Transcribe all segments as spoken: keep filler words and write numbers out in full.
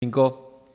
cinco.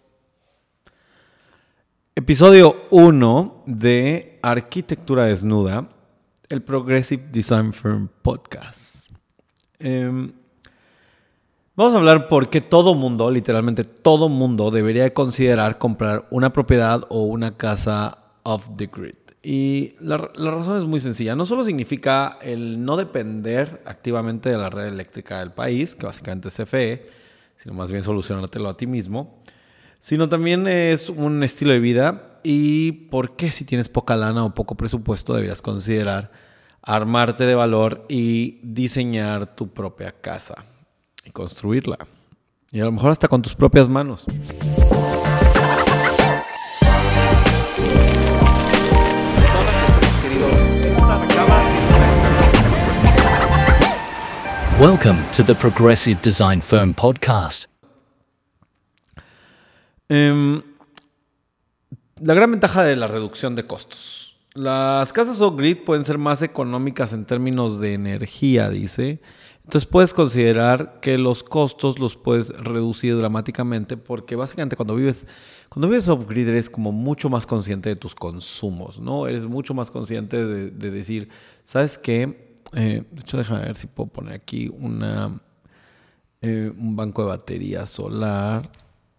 Episodio uno de Arquitectura Desnuda, el Progressive Design Firm Podcast. Eh, vamos a hablar por qué todo mundo, literalmente todo mundo, debería de considerar comprar una propiedad o una casa off the grid. Y la, la razón es muy sencilla. No solo significa el no depender activamente de la red eléctrica del país, que básicamente es C F E, sino más bien solucionártelo a ti mismo, sino también es un estilo de vida y por qué si tienes poca lana o poco presupuesto deberías considerar armarte de valor y diseñar tu propia casa y construirla. Y a lo mejor hasta con tus propias manos. Welcome to the Progressive Design Firm Podcast. Um, la gran ventaja de la reducción de costos. Las casas off-grid pueden ser más económicas en términos de energía, dice. Entonces puedes considerar que los costos los puedes reducir dramáticamente porque básicamente cuando vives, cuando vives off-grid eres como mucho más consciente de tus consumos, ¿no? Eres mucho más consciente de, de decir, ¿sabes qué? Eh, de hecho, déjame ver si puedo poner aquí una, eh, un banco de batería solar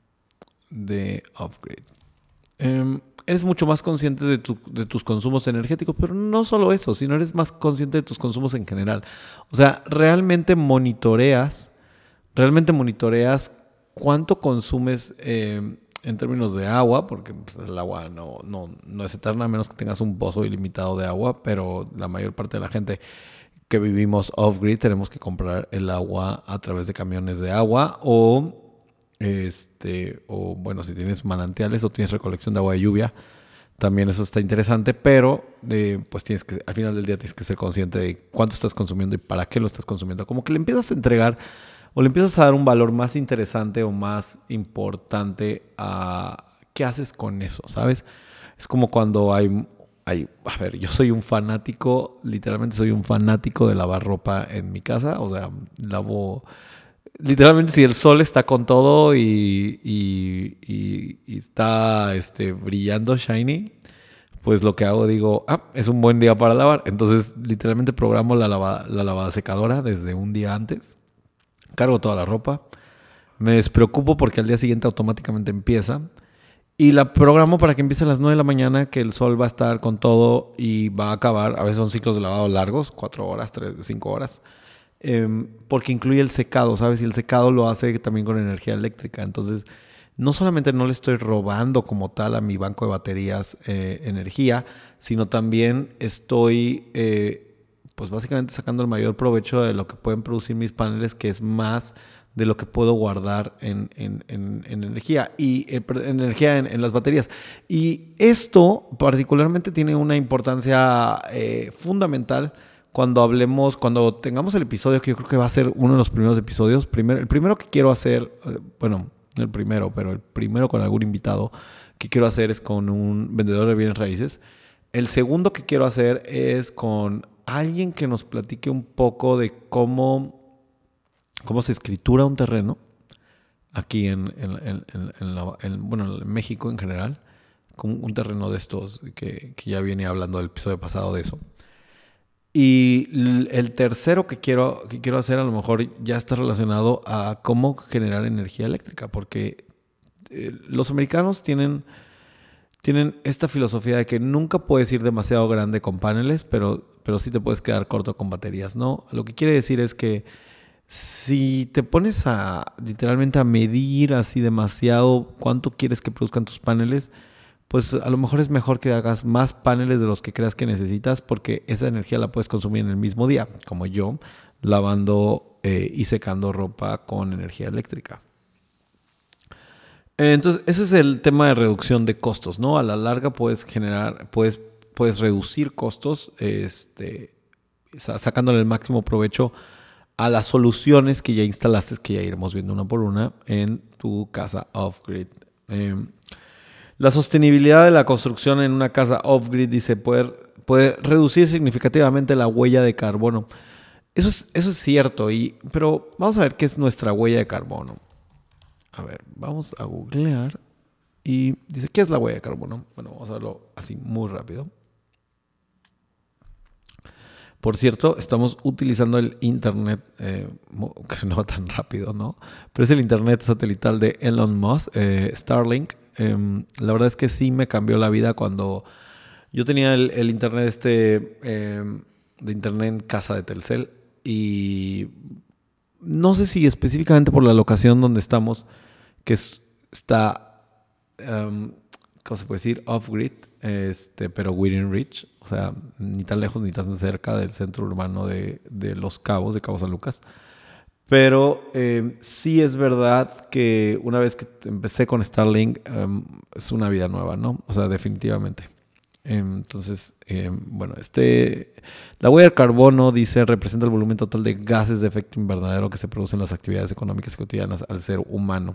de off-grid. Eh, eres mucho más consciente de, tu, de tus consumos energéticos, pero no solo eso, sino eres más consciente de tus consumos en general. O sea, realmente monitoreas, realmente monitoreas cuánto consumes eh, en términos de agua, porque pues, el agua no, no, no es eterna, a menos que tengas un pozo ilimitado de agua, pero la mayor parte de la gente que vivimos off-grid tenemos que comprar el agua a través de camiones de agua o... Este, o bueno, si tienes manantiales o tienes recolección de agua de lluvia, también eso está interesante, pero eh, pues tienes que, al final del día tienes que ser consciente de cuánto estás consumiendo y para qué lo estás consumiendo. Como que le empiezas a entregar o le empiezas a dar un valor más interesante o más importante a qué haces con eso, ¿sabes? Es como cuando hay, hay, a ver, yo soy un fanático, literalmente soy un fanático de lavar ropa en mi casa, o sea, lavo... Literalmente, si el sol está con todo y, y, y, y está este, brillando, shiny, pues lo que hago, digo, ah, es un buen día para lavar. Entonces, literalmente programo la, lava, la lavada secadora desde un día antes. Cargo toda la ropa. Me despreocupo porque al día siguiente automáticamente empieza. Y la programo para que empiece a las nueve de la mañana, que el sol va a estar con todo y va a acabar. A veces son ciclos de lavado largos, cuatro horas, tres, cinco horas. Eh, porque incluye el secado, ¿sabes? Y el secado lo hace también con energía eléctrica. Entonces, no solamente no le estoy robando como tal a mi banco de baterías eh, energía, sino también estoy, eh, pues básicamente sacando el mayor provecho de lo que pueden producir mis paneles, que es más de lo que puedo guardar en, en, en, en energía y en, en energía en, en las baterías. Y esto particularmente tiene una importancia eh, fundamental. Cuando hablemos, cuando tengamos el episodio, que yo creo que va a ser uno de los primeros episodios, primero, el primero que quiero hacer, bueno, no el primero, pero el primero con algún invitado que quiero hacer es con un vendedor de bienes raíces. El segundo que quiero hacer es con alguien que nos platique un poco de cómo, cómo se escritura un terreno aquí en, en, en, en, en, la, en, bueno, en México en general, con un terreno de estos que, que ya viene hablando del episodio pasado de eso. Y el tercero que quiero, que quiero hacer a lo mejor ya está relacionado a cómo generar energía eléctrica, porque eh, los americanos tienen, tienen esta filosofía de que nunca puedes ir demasiado grande con paneles, pero, pero sí te puedes quedar corto con baterías, ¿no? Lo que quiere decir es que si te pones a literalmente a medir así demasiado cuánto quieres que produzcan tus paneles, pues a lo mejor es mejor que hagas más paneles de los que creas que necesitas porque esa energía la puedes consumir en el mismo día, como yo, lavando eh, y secando ropa con energía eléctrica. Entonces, ese es el tema de reducción de costos, ¿no? A la larga puedes generar, puedes, puedes reducir costos este, sacándole el máximo provecho a las soluciones que ya instalaste, que ya iremos viendo una por una, en tu casa off-grid. Eh, La sostenibilidad de la construcción en una casa off-grid, dice, puede, puede reducir significativamente la huella de carbono. Eso es, eso es cierto, y, pero vamos a ver qué es nuestra huella de carbono. A ver, vamos a googlear. Y dice, ¿qué es la huella de carbono? Bueno, vamos a verlo así muy rápido. Por cierto, estamos utilizando el internet, eh, que no va tan rápido, ¿no? Pero es el internet satelital de Elon Musk, eh, Starlink. Eh, la verdad es que sí me cambió la vida cuando yo tenía el, el internet este, eh, de internet en casa de Telcel. Y no sé si específicamente por la locación donde estamos, que es, está, um, ¿cómo se puede decir? Off-grid, este, pero within reach. O sea, ni tan lejos ni tan cerca del centro urbano de, de Los Cabos, de Cabo San Lucas. Pero eh, sí es verdad que una vez que empecé con Starlink, um, es una vida nueva, ¿no? O sea, definitivamente. Entonces, eh, bueno, este, la huella de carbono, dice, representa el volumen total de gases de efecto invernadero que se producen en las actividades económicas y cotidianas al ser humano.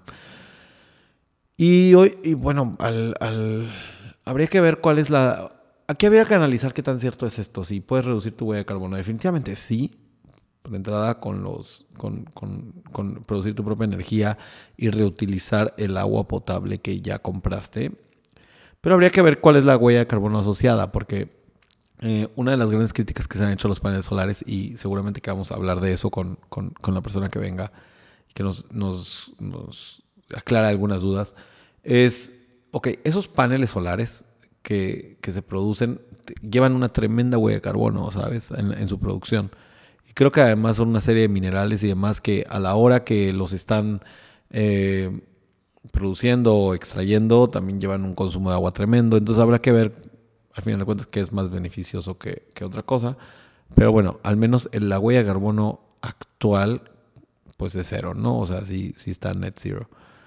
Y hoy, y bueno, al, al, habría que ver cuál es la... Aquí habría que analizar qué tan cierto es esto. Si puedes reducir tu huella de carbono. Definitivamente sí. De entrada, con los con, con, con producir tu propia energía y reutilizar el agua potable que ya compraste. Pero habría que ver cuál es la huella de carbono asociada, porque eh, una de las grandes críticas que se han hecho a los paneles solares, y seguramente que vamos a hablar de eso con, con, con la persona que venga, que nos, nos, nos aclara algunas dudas, es, ok, esos paneles solares que, que se producen llevan una tremenda huella de carbono, ¿sabes? En, en su producción. Y creo que además son una serie de minerales y demás que a la hora que los están... Eh, produciendo o extrayendo, también llevan un consumo de agua tremendo. Entonces habrá que ver, al final de cuentas, qué es más beneficioso que, que otra cosa. Pero bueno, al menos en la huella de carbono actual, pues es cero, ¿no? O sea, sí, sí está net zero.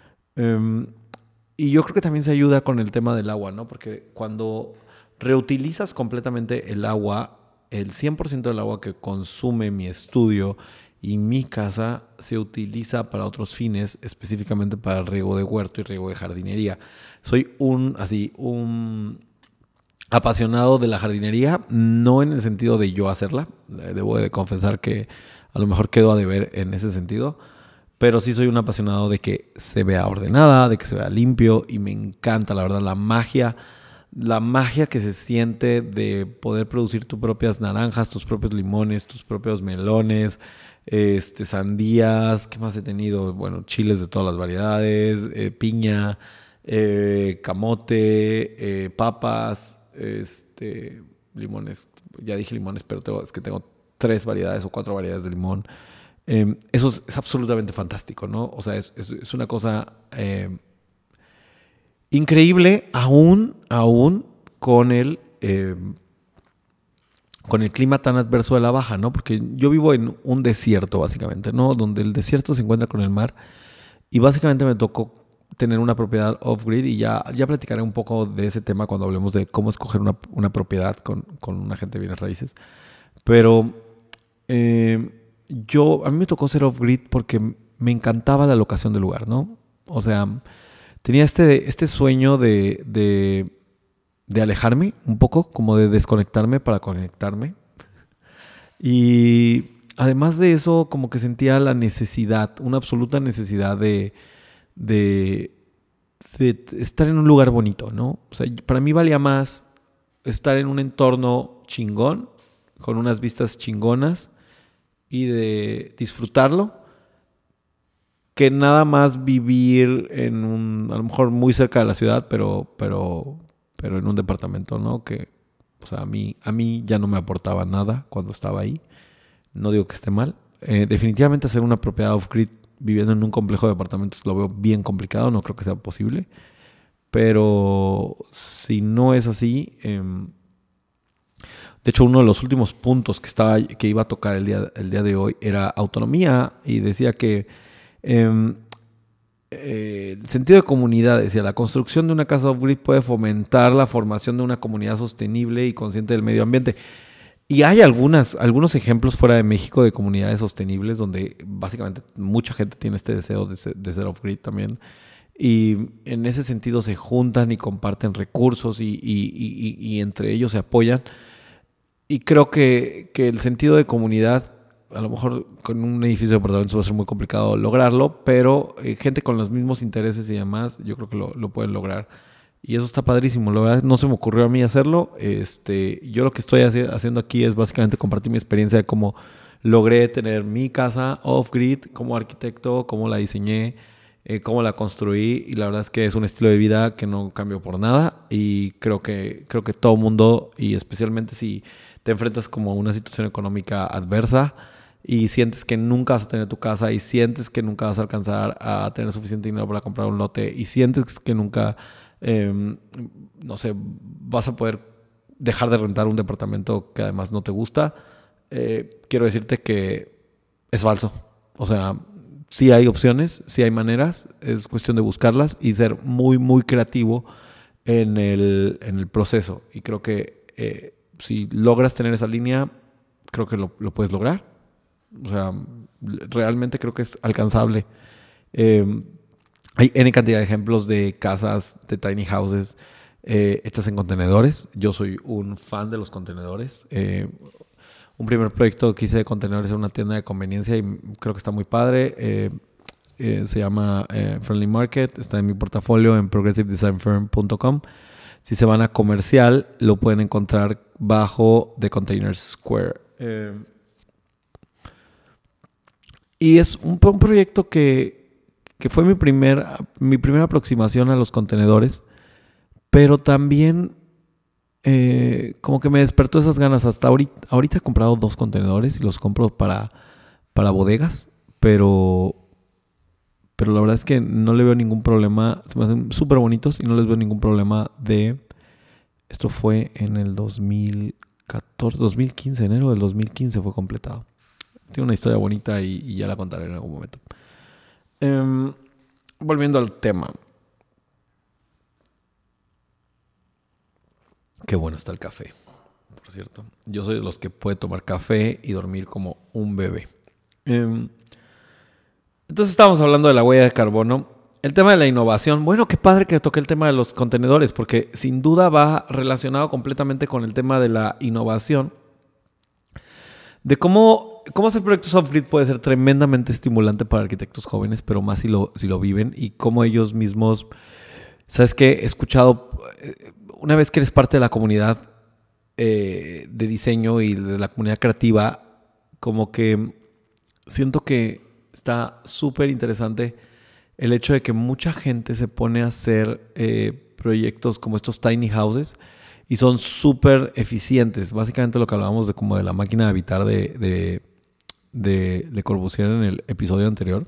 Um, y yo creo que también se ayuda con el tema del agua, ¿no? Porque cuando reutilizas completamente el agua, el cien por ciento del agua que consume mi estudio y mi casa se utiliza para otros fines, específicamente para el riego de huerto y riego de jardinería. Soy un, así, un apasionado de la jardinería, no en el sentido de yo hacerla. Debo de confesar que a lo mejor quedo a deber en ese sentido, pero sí soy un apasionado de que se vea ordenada, de que se vea limpio, y me encanta, la verdad, la magia, la magia que se siente de poder producir tus propias naranjas, tus propios limones, tus propios melones, Este, sandías, ¿qué más he tenido? Bueno, chiles de todas las variedades, eh, piña, eh, camote, eh, papas, este, limones. Ya dije limones, pero tengo, es que tengo tres variedades o cuatro variedades de limón. Eh, eso es, es absolutamente fantástico, ¿no? O sea, es, es, es una cosa eh, increíble, aún, aún con el... Eh, con el clima tan adverso de la baja, ¿no? Porque yo vivo en un desierto, básicamente, ¿no? Donde el desierto se encuentra con el mar, y básicamente me tocó tener una propiedad off-grid, y ya, ya platicaré un poco de ese tema cuando hablemos de cómo escoger una, una propiedad con, con un agente de bienes raíces. Pero eh, yo, a mí me tocó ser off-grid porque me encantaba la locación del lugar, ¿no? O sea, tenía este, este sueño de... de de alejarme un poco, como de desconectarme para conectarme. Y además de eso, como que sentía la necesidad, una absoluta necesidad de, de, de estar en un lugar bonito, ¿no? O sea, para mí valía más estar en un entorno chingón, con unas vistas chingonas, y de disfrutarlo, que nada más vivir en un, a lo mejor muy cerca de la ciudad, pero... pero pero en un departamento, ¿no? Que, o sea, a mí, a mí ya no me aportaba nada cuando estaba ahí. No digo que esté mal. Eh, definitivamente hacer una propiedad off-grid viviendo en un complejo de departamentos lo veo bien complicado, no creo que sea posible. Pero si no es así... Eh, de hecho, uno de los últimos puntos que, estaba, que iba a tocar el día, el día de hoy era autonomía, y decía que... Eh, Eh, el sentido de comunidad, decía, la construcción de una casa off-grid puede fomentar la formación de una comunidad sostenible y consciente del medio ambiente. Y hay algunas, algunos ejemplos fuera de México de comunidades sostenibles donde básicamente mucha gente tiene este deseo de ser, de ser off-grid también. Y en ese sentido se juntan y comparten recursos, y, y, y, y entre ellos se apoyan. Y creo que, que el sentido de comunidad a lo mejor con un edificio de apartamentos va a ser muy complicado lograrlo, pero eh, gente con los mismos intereses y demás, yo creo que lo, lo pueden lograr. Y eso está padrísimo. La verdad no se me ocurrió a mí hacerlo. Este, yo lo que estoy haci- haciendo aquí es básicamente compartir mi experiencia de cómo logré tener mi casa off-grid como arquitecto, cómo la diseñé, eh, cómo la construí. Y la verdad es que es un estilo de vida que no cambio por nada. Y creo que, creo que todo mundo, y especialmente si te enfrentas como a una situación económica adversa y sientes que nunca vas a tener tu casa y sientes que nunca vas a alcanzar a tener suficiente dinero para comprar un lote y sientes que nunca... Eh, no sé, vas a poder dejar de rentar un departamento que además no te gusta, eh, quiero decirte que es falso. O sea, sí hay opciones, sí hay maneras, es cuestión de buscarlas y ser muy, muy creativo en el, en el proceso. Y creo que eh, si logras tener esa línea, creo que lo, lo puedes lograr. O sea, realmente creo que es alcanzable. Eh, Hay N cantidad de ejemplos de casas, de tiny houses eh, hechas en contenedores. Yo soy un fan de los contenedores. Eh, un primer proyecto que hice de contenedores en una tienda de conveniencia y creo que está muy padre. Eh, eh, se llama eh, Friendly Market. Está en mi portafolio en progressive design firm punto com. Si se van a comercial, lo pueden encontrar bajo The Container Square. Eh, y es un, un proyecto que... que fue mi, primer, mi primera aproximación a los contenedores, pero también eh, como que me despertó esas ganas. Hasta ahorita, ahorita he comprado dos contenedores y los compro para, para bodegas, pero, pero la verdad es que no le veo ningún problema. Se me hacen súper bonitos y no les veo ningún problema de... Esto fue en el dos mil catorce, dos mil quince, enero del dos mil quince fue completado. Tiene una historia bonita y, y ya la contaré en algún momento. Um, volviendo al tema. Qué bueno está el café, por cierto. Yo soy de los que puede tomar café y dormir como un bebé. Um, entonces estábamos hablando de la huella de carbono. El tema de la innovación. Bueno, qué padre que toqué el tema de los contenedores, porque sin duda va relacionado completamente con el tema de la innovación. De cómo, cómo hacer proyectos off-grid puede ser tremendamente estimulante para arquitectos jóvenes, pero más si lo, si lo viven y cómo ellos mismos... ¿Sabes qué? He escuchado, una vez que eres parte de la comunidad eh, de diseño y de la comunidad creativa, como que siento que está súper interesante el hecho de que mucha gente se pone a hacer eh, proyectos como estos tiny houses y son súper eficientes. Básicamente lo que hablábamos de como de la máquina de habitar de, de, de Le Corbusier en el episodio anterior.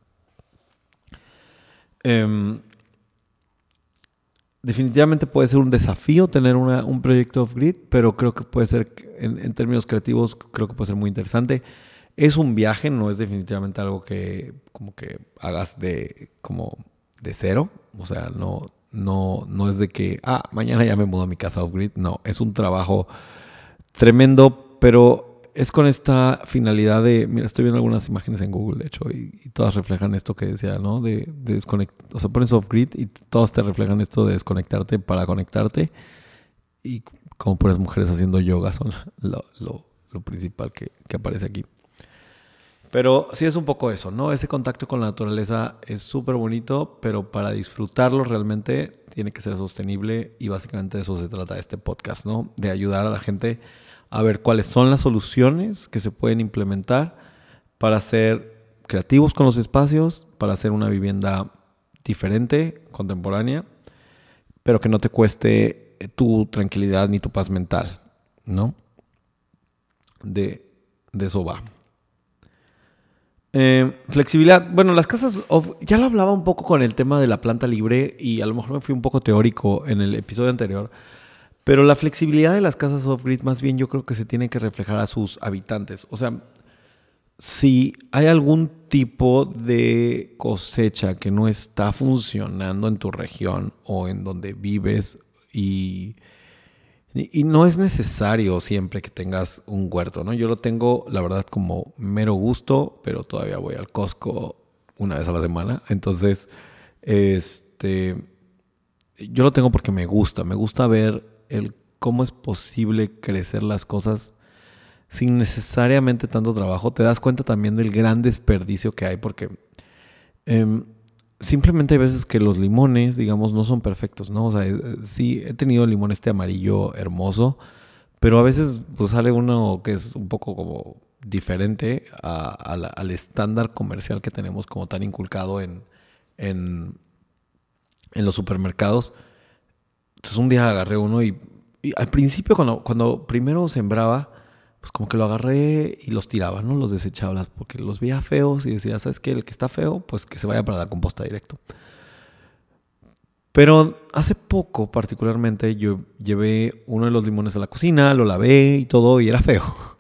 Um, definitivamente puede ser un desafío tener una, un proyecto off-grid, pero creo que puede ser, en, en términos creativos, creo que puede ser muy interesante. Es un viaje, no es definitivamente algo que como que hagas de, como de cero. O sea, no... No, no es de que, ah, mañana ya me mudo a mi casa off-grid. No, es un trabajo tremendo, pero es con esta finalidad de... Mira, estoy viendo algunas imágenes en Google, de hecho, y, y todas reflejan esto que decía, ¿no? De, de desconectar. O sea, pones off-grid y todas te reflejan esto de desconectarte para conectarte. Y como puras mujeres haciendo yoga son lo, lo, lo principal que, que aparece aquí. Pero sí es un poco eso, ¿no? Ese contacto con la naturaleza es súper bonito, pero para disfrutarlo realmente tiene que ser sostenible y básicamente de eso se trata este podcast, ¿no? De ayudar a la gente a ver cuáles son las soluciones que se pueden implementar para ser creativos con los espacios, para hacer una vivienda diferente, contemporánea, pero que no te cueste tu tranquilidad ni tu paz mental, ¿no? De, de eso va. Eh, flexibilidad. Bueno, las casas off, ya lo hablaba un poco con el tema de la planta libre y a lo mejor me fui un poco teórico en el episodio anterior, pero la flexibilidad de las casas off-grid más bien yo creo que se tiene que reflejar a sus habitantes. O sea, si hay algún tipo de cosecha que no está funcionando en tu región o en donde vives y... Y no es necesario siempre que tengas un huerto, ¿no? Yo lo tengo, la verdad, como mero gusto, pero todavía voy al Costco una vez a la semana. Entonces, este, yo lo tengo porque me gusta. Me gusta ver el cómo es posible crecer las cosas sin necesariamente tanto trabajo, te das cuenta también del gran desperdicio que hay, porque eh, simplemente hay veces que los limones, digamos, no son perfectos, ¿no? O sea, eh, sí, he tenido limón este amarillo hermoso, pero a veces pues sale uno que es un poco como diferente a, a la, al estándar comercial que tenemos como tan inculcado en, en, en los supermercados. Entonces un día agarré uno y, y al principio cuando, cuando primero sembraba, pues como que lo agarré y los tiraba, ¿no? Los desechaba, porque los veía feos y decía, ¿sabes qué? El que está feo, pues que se vaya para la composta directo. Pero hace poco, particularmente, yo llevé uno de los limones a la cocina, lo lavé y todo, y era feo.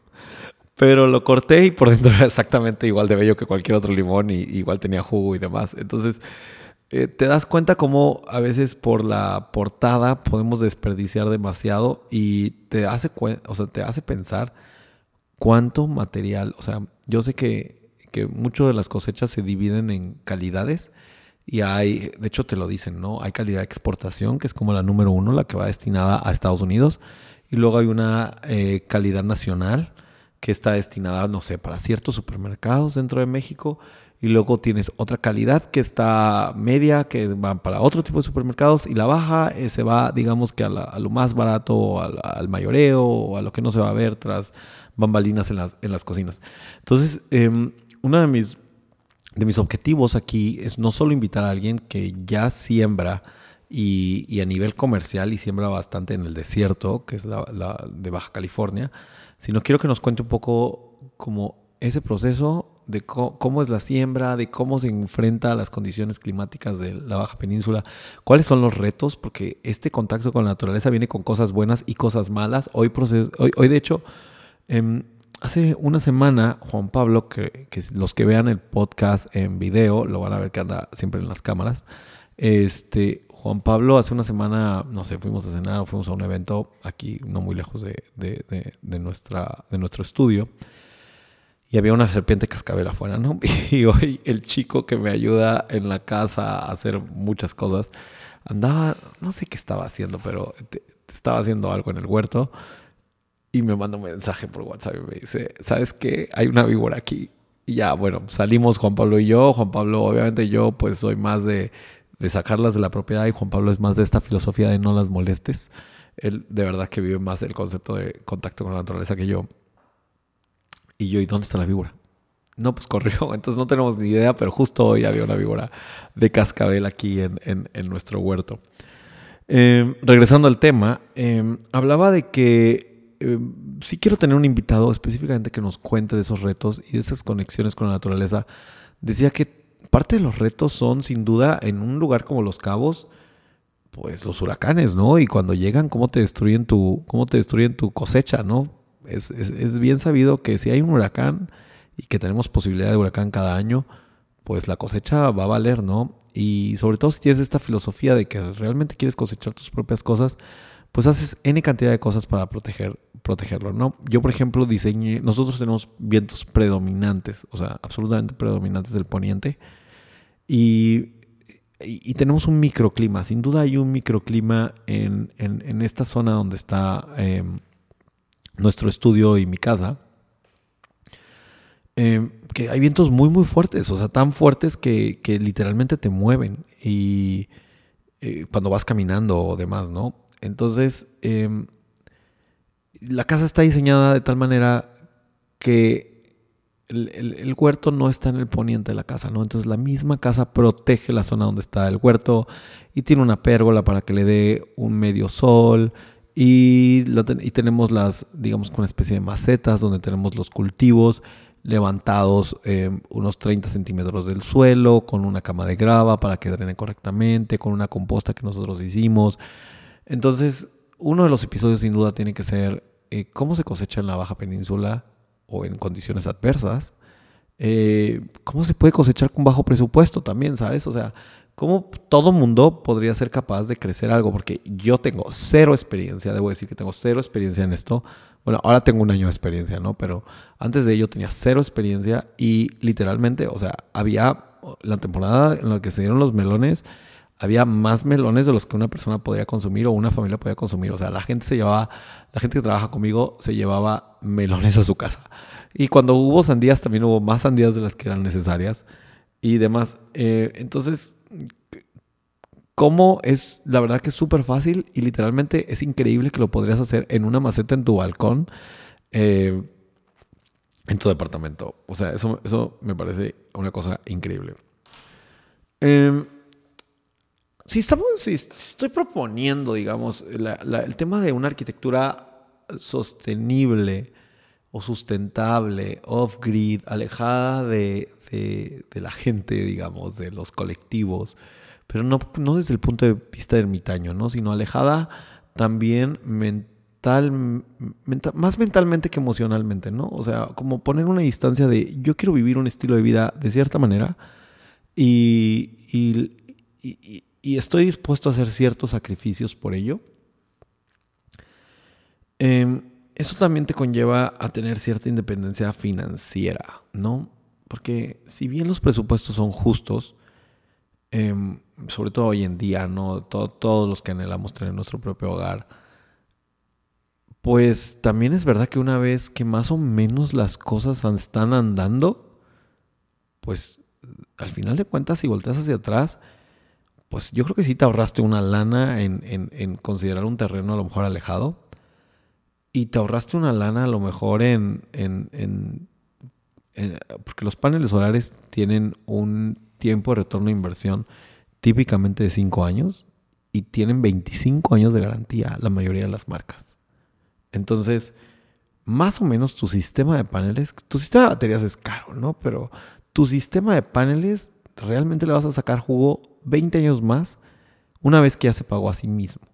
Pero lo corté y por dentro era exactamente igual de bello que cualquier otro limón y igual tenía jugo y demás. Entonces, eh, te das cuenta cómo a veces por la portada podemos desperdiciar demasiado y te hace, o sea, te hace pensar cuánto material. O sea, yo sé que, que mucho de las cosechas se dividen en calidades. Y hay, de hecho te lo dicen, ¿no? Hay calidad de exportación, que es como la número uno, la que va destinada a Estados Unidos. Y luego hay una eh, calidad nacional, que está destinada, no sé, para ciertos supermercados dentro de México. Y luego tienes otra calidad que está media, que va para otro tipo de supermercados. Y la baja eh, se va, digamos que a, la, a lo más barato, o al, al mayoreo, o a lo que no se va a ver tras bambalinas en las, en las cocinas. Entonces, eh, una de mis... De mis objetivos aquí es no solo invitar a alguien que ya siembra y, y a nivel comercial y siembra bastante en el desierto, que es la, la de Baja California, sino quiero que nos cuente un poco como ese proceso de co- cómo es la siembra, de cómo se enfrenta a las condiciones climáticas de la Baja Península, cuáles son los retos, porque este contacto con la naturaleza viene con cosas buenas y cosas malas. Hoy, proces- hoy, hoy de hecho... Eh, Hace una semana, Juan Pablo, que, que los que vean el podcast en video, lo van a ver que anda siempre en las cámaras. Este, Juan Pablo, hace una semana, no sé, fuimos a cenar o fuimos a un evento aquí, no muy lejos de, de, de, de, nuestra, de nuestro estudio. Y había una serpiente cascabel afuera, ¿no? Y hoy el chico que me ayuda en la casa a hacer muchas cosas, andaba, no sé qué estaba haciendo, pero te, te estaba haciendo algo en el huerto. Y me manda un mensaje por WhatsApp y me dice, ¿sabes qué? Hay una víbora aquí. Y ya, bueno, salimos Juan Pablo y yo. Juan Pablo, obviamente yo pues soy más de, de sacarlas de la propiedad y Juan Pablo es más de esta filosofía de no las molestes. Él de verdad que vive más el concepto de contacto con la naturaleza que yo. Y yo, ¿y dónde está la víbora? No, pues corrió. Entonces no tenemos ni idea, pero justo hoy había una víbora de cascabel aquí en, en, en nuestro huerto. Eh, regresando al tema, eh, hablaba de que Eh, sí quiero tener un invitado específicamente que nos cuente de esos retos y de esas conexiones con la naturaleza. Decía que parte de los retos son, sin duda, en un lugar como Los Cabos, pues los huracanes, ¿no? Y cuando llegan, cómo te destruyen tu, cómo te destruyen tu cosecha, ¿no? Es, es, es bien sabido que si hay un huracán y que tenemos posibilidad de huracán cada año, pues la cosecha va a valer, ¿no? Y sobre todo si tienes esta filosofía de que realmente quieres cosechar tus propias cosas, pues haces N cantidad de cosas para proteger, protegerlo, ¿no? Yo, por ejemplo, diseñé... Nosotros tenemos vientos predominantes, o sea, absolutamente predominantes del poniente. Y, y, y tenemos un microclima. Sin duda hay un microclima en, en, en esta zona donde está eh, nuestro estudio y mi casa. Eh, que hay vientos muy, muy fuertes. O sea, tan fuertes que, que literalmente te mueven. Y eh, cuando vas caminando o demás, ¿no? Entonces, eh, la casa está diseñada de tal manera que el, el, el huerto no está en el poniente de la casa, ¿no? Entonces, la misma casa protege la zona donde está el huerto y tiene una pérgola para que le dé un medio sol y, la, y tenemos las, digamos, una especie de macetas donde tenemos los cultivos levantados eh, unos treinta centímetros del suelo con una cama de grava para que drene correctamente, con una composta que nosotros hicimos. Entonces, uno de los episodios sin duda tiene que ser eh, cómo se cosecha en la Baja Península o en condiciones adversas. Eh, cómo se puede cosechar con bajo presupuesto también, ¿sabes? O sea, cómo todo mundo podría ser capaz de crecer algo, porque yo tengo cero experiencia, debo decir que tengo cero experiencia en esto. Bueno, ahora tengo un año de experiencia, ¿no? Pero antes de ello tenía cero experiencia y literalmente, o sea, había la temporada en la que se dieron los melones. había más melones de los que una persona podría consumir o una familia podía consumir. O sea, la gente se llevaba, la gente que trabaja conmigo se llevaba melones a su casa. Y cuando hubo sandías, también hubo más sandías de las que eran necesarias y demás. Eh, entonces, ¿cómo es? La verdad que es súper fácil y literalmente es increíble que lo podrías hacer en una maceta en tu balcón, eh, en tu departamento. O sea, eso, eso me parece una cosa increíble. Eh, Si estamos, si estoy proponiendo, digamos, la, la, el tema de una arquitectura sostenible o sustentable, off-grid, alejada de, de, de la gente, digamos, de los colectivos, pero no, no desde el punto de vista ermitaño, ¿no? Sino alejada también mental, mental, más mentalmente que emocionalmente, ¿no? O sea, como poner una distancia de yo quiero vivir un estilo de vida de cierta manera y, y, y, y estoy dispuesto a hacer ciertos sacrificios por ello. Eh, eso también te conlleva a tener cierta independencia financiera, ¿no? Porque si bien los presupuestos son justos, eh, sobre todo hoy en día, ¿no? Todo, todos los que anhelamos tener nuestro propio hogar, pues también es verdad que una vez que más o menos las cosas están andando, pues al final de cuentas, si volteas hacia atrás, pues yo creo que sí te ahorraste una lana en, en, en considerar un terreno a lo mejor alejado. Y te ahorraste una lana a lo mejor en, en, en, en... Porque los paneles solares tienen un tiempo de retorno de inversión típicamente de cinco años y tienen veinticinco años de garantía la mayoría de las marcas. Entonces, más o menos tu sistema de paneles... Tu sistema de baterías es caro, ¿no? Pero tu sistema de paneles realmente le vas a sacar jugo veinte años más una vez que ya se pagó a sí mismo.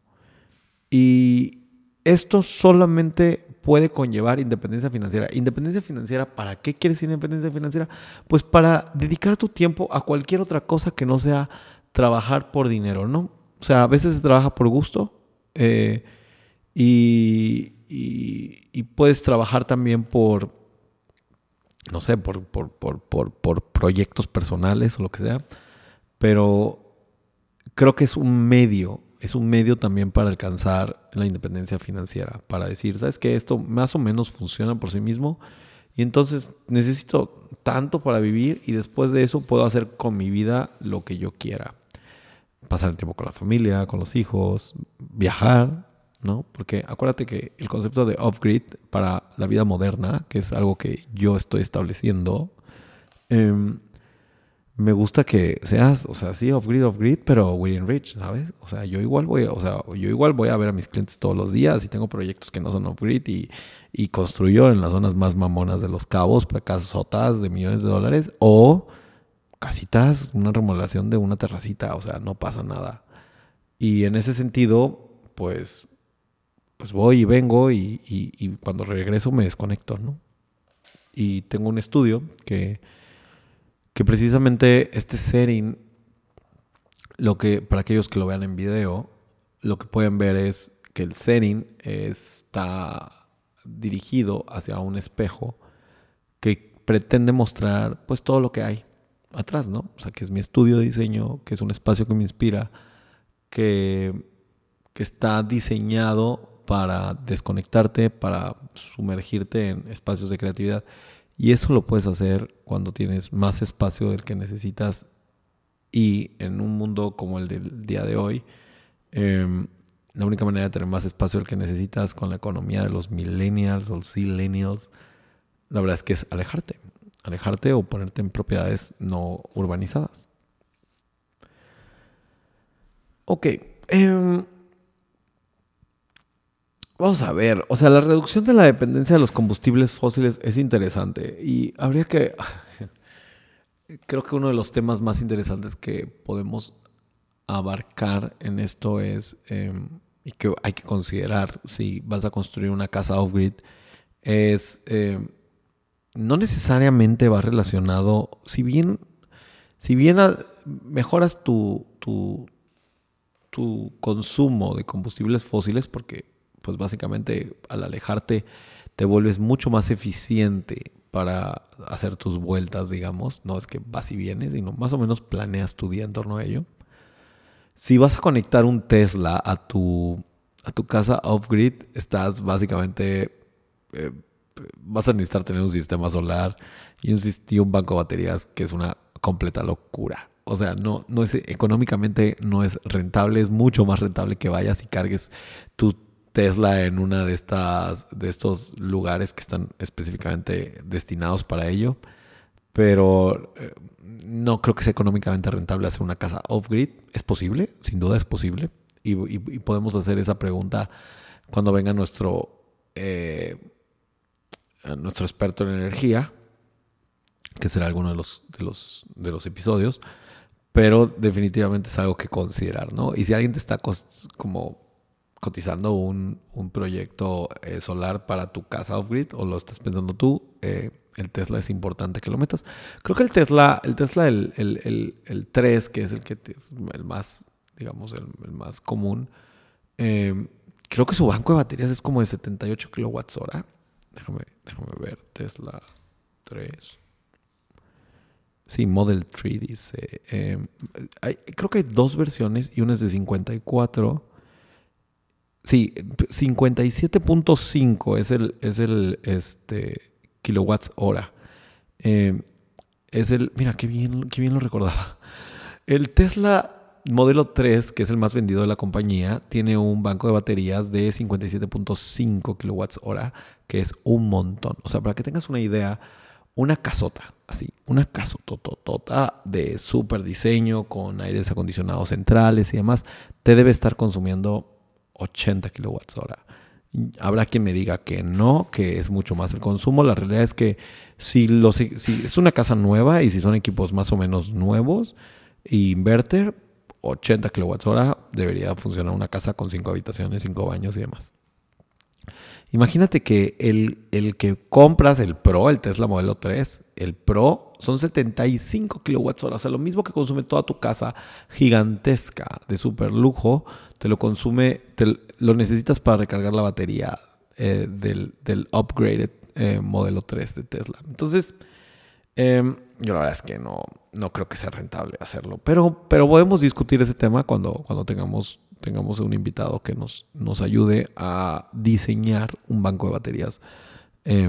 Y esto solamente puede conllevar independencia financiera. ¿Independencia financiera para qué quieres independencia financiera? Pues para dedicar tu tiempo a cualquier otra cosa que no sea trabajar por dinero, ¿no? O sea, a veces se trabaja por gusto eh, y, y, y puedes trabajar también por, no sé, por, por, por, por, por proyectos personales o lo que sea, pero creo que es un medio Es un medio también para alcanzar la independencia financiera, para decir, ¿sabes qué? Esto más o menos funciona por sí mismo y entonces necesito tanto para vivir y después de eso puedo hacer con mi vida lo que yo quiera. Pasar el tiempo con la familia, con los hijos, viajar, ¿no? Porque acuérdate que el concepto de off-grid para la vida moderna, que es algo que yo estoy estableciendo, eh, me gusta que seas, o sea, sí, off-grid, off-grid, pero within reach, ¿sabes? O sea, yo igual voy, o sea, yo igual voy a ver a mis clientes todos los días y tengo proyectos que no son off-grid y, y construyo en las zonas más mamonas de Los Cabos para casotas de millones de dólares o casitas, una remodelación de una terracita, o sea, no pasa nada. Y en ese sentido, pues, pues voy y vengo y, y, y cuando regreso me desconecto, ¿no? Y tengo un estudio que... que precisamente este setting, lo que, para aquellos que lo vean en video, lo que pueden ver es que el setting está dirigido hacia un espejo que pretende mostrar pues todo lo que hay atrás, ¿no? O sea, que es mi estudio de diseño, que es un espacio que me inspira, que, que está diseñado para desconectarte, para sumergirte en espacios de creatividad. Y eso lo puedes hacer cuando tienes más espacio del que necesitas y en un mundo como el del día de hoy, eh, la única manera de tener más espacio del que necesitas con la economía de los millennials o zillennials, la verdad es que es alejarte, alejarte o ponerte en propiedades no urbanizadas. Ok, eh, vamos a ver, o sea, la reducción de la dependencia de los combustibles fósiles es interesante y habría que... Creo que uno de los temas más interesantes que podemos abarcar en esto es, eh, y que hay que considerar si vas a construir una casa off-grid, es eh, no necesariamente va relacionado, si bien, si bien a, mejoras tu, tu, tu consumo de combustibles fósiles, porque pues básicamente al alejarte te vuelves mucho más eficiente para hacer tus vueltas, digamos. No es que vas y vienes, sino más o menos planeas tu día en torno a ello. Si vas a conectar un Tesla a tu, a tu casa off-grid, estás básicamente... Eh, vas a necesitar tener un sistema solar y un, y un banco de baterías que es una completa locura. O sea, no, no es, económicamente no es rentable. Es mucho más rentable que vayas y cargues tu Tesla en una de estas de estos lugares que están específicamente destinados para ello. Pero eh, no creo que sea económicamente rentable hacer una casa off-grid. Es posible, sin duda es posible. Y, y, y podemos hacer esa pregunta cuando venga nuestro... Eh, nuestro experto en energía, que será alguno de los, de los, de los episodios, pero definitivamente es algo que considerar, ¿no? Y si alguien te está cos- como cotizando un, un proyecto eh, solar para tu casa off-grid o lo estás pensando tú, eh, el Tesla es importante que lo metas. Creo que el Tesla, el Tesla, el, el, el, el tres, que es el que es el más, digamos, el, el más común, eh, creo que su banco de baterías es como de setenta y ocho kilowatts hora. Déjame, déjame ver. Tesla tres. Sí, Model tres dice. Eh, hay, creo que hay dos versiones y una es de cincuenta y cuatro. Sí, cincuenta y siete punto cinco es el, es el este, kilowatts hora. Eh, es el. Mira, qué bien, qué bien lo recordaba. El Tesla Modelo tres, que es el más vendido de la compañía, tiene un banco de baterías de cincuenta y siete punto cinco kilowatts hora, que es un montón. O sea, para que tengas una idea, una casota, así, una casototota de súper diseño con aires acondicionados centrales y demás, te debe estar consumiendo ochenta kilowatts hora. Habrá quien me diga que no, que es mucho más el consumo. La realidad es que si, los, si es una casa nueva y si son equipos más o menos nuevos, inverter, ochenta kilowatts hora debería funcionar una casa con cinco habitaciones, cinco baños y demás. Imagínate que el, el que compras, el Pro, el Tesla Modelo tres, el Pro, son setenta y cinco kilowatts hora. O sea, lo mismo que consume toda tu casa gigantesca de super lujo, te lo consume, te lo necesitas para recargar la batería eh, del, del upgraded eh, Modelo tres de Tesla. Entonces, eh, yo la verdad es que no, no creo que sea rentable hacerlo. Pero, pero podemos discutir ese tema cuando, cuando tengamos, tengamos un invitado que nos, nos ayude a diseñar un banco de baterías eh,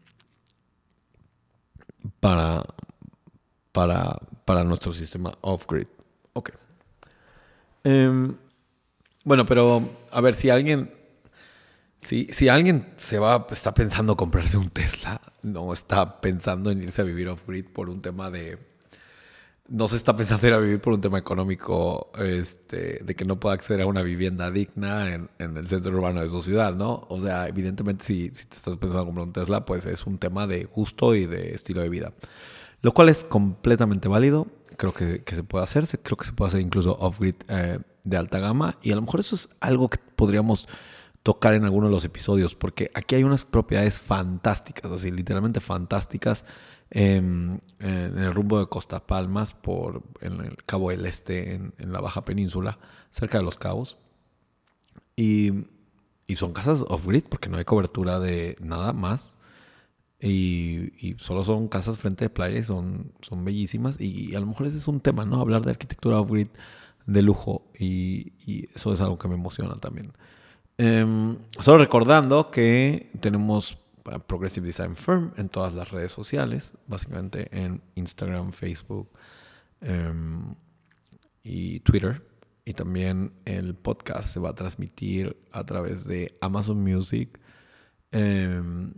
para, para, para nuestro sistema off-grid. Ok. Eh, bueno, pero a ver, si alguien... Si, si alguien se va, está pensando comprarse un Tesla, no está pensando en irse a vivir off-grid por un tema de... No se está pensando en ir a vivir por un tema económico, este, de que no pueda acceder a una vivienda digna en, en el centro urbano de su ciudad, ¿no? O sea, evidentemente si, si te estás pensando en comprar un Tesla, pues es un tema de gusto y de estilo de vida. Lo cual es completamente válido. Creo que, que se puede hacer. Creo que se puede hacer incluso off-grid eh, de alta gama. Y a lo mejor eso es algo que podríamos... tocar en alguno de los episodios, porque aquí hay unas propiedades fantásticas, así literalmente fantásticas, eh, en el rumbo de Costa Palmas, por en el Cabo del Este, en, en la Baja Península, cerca de Los Cabos. Y, y son casas off-grid, porque no hay cobertura de nada más. Y, y solo son casas frente de playa y son, son bellísimas. Y, y a lo mejor ese es un tema, ¿no? Hablar de arquitectura off-grid de lujo. Y, y eso es algo que me emociona también. Um, solo recordando que tenemos Progressive Design Firm en todas las redes sociales, básicamente en Instagram, Facebook um, y Twitter. Y también el podcast se va a transmitir a través de Amazon Music. Um,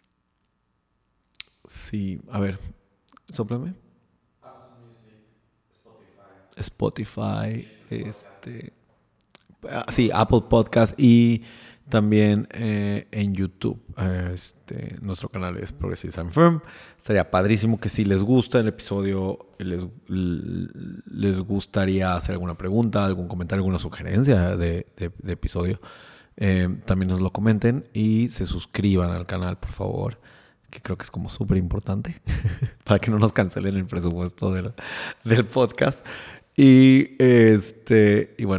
sí, a ver, sóplame. Amazon Music, Spotify. Spotify, este... Sí, Apple Podcast y también eh, en YouTube. Este, nuestro canal es Progressive Design Firm. Sería padrísimo que si les gusta el episodio, les, les gustaría hacer alguna pregunta, algún comentario, alguna sugerencia de, de, de episodio, eh, también nos lo comenten y se suscriban al canal, por favor, que creo que es como súper importante para que no nos cancelen el presupuesto del, del podcast. Y, este, y bueno.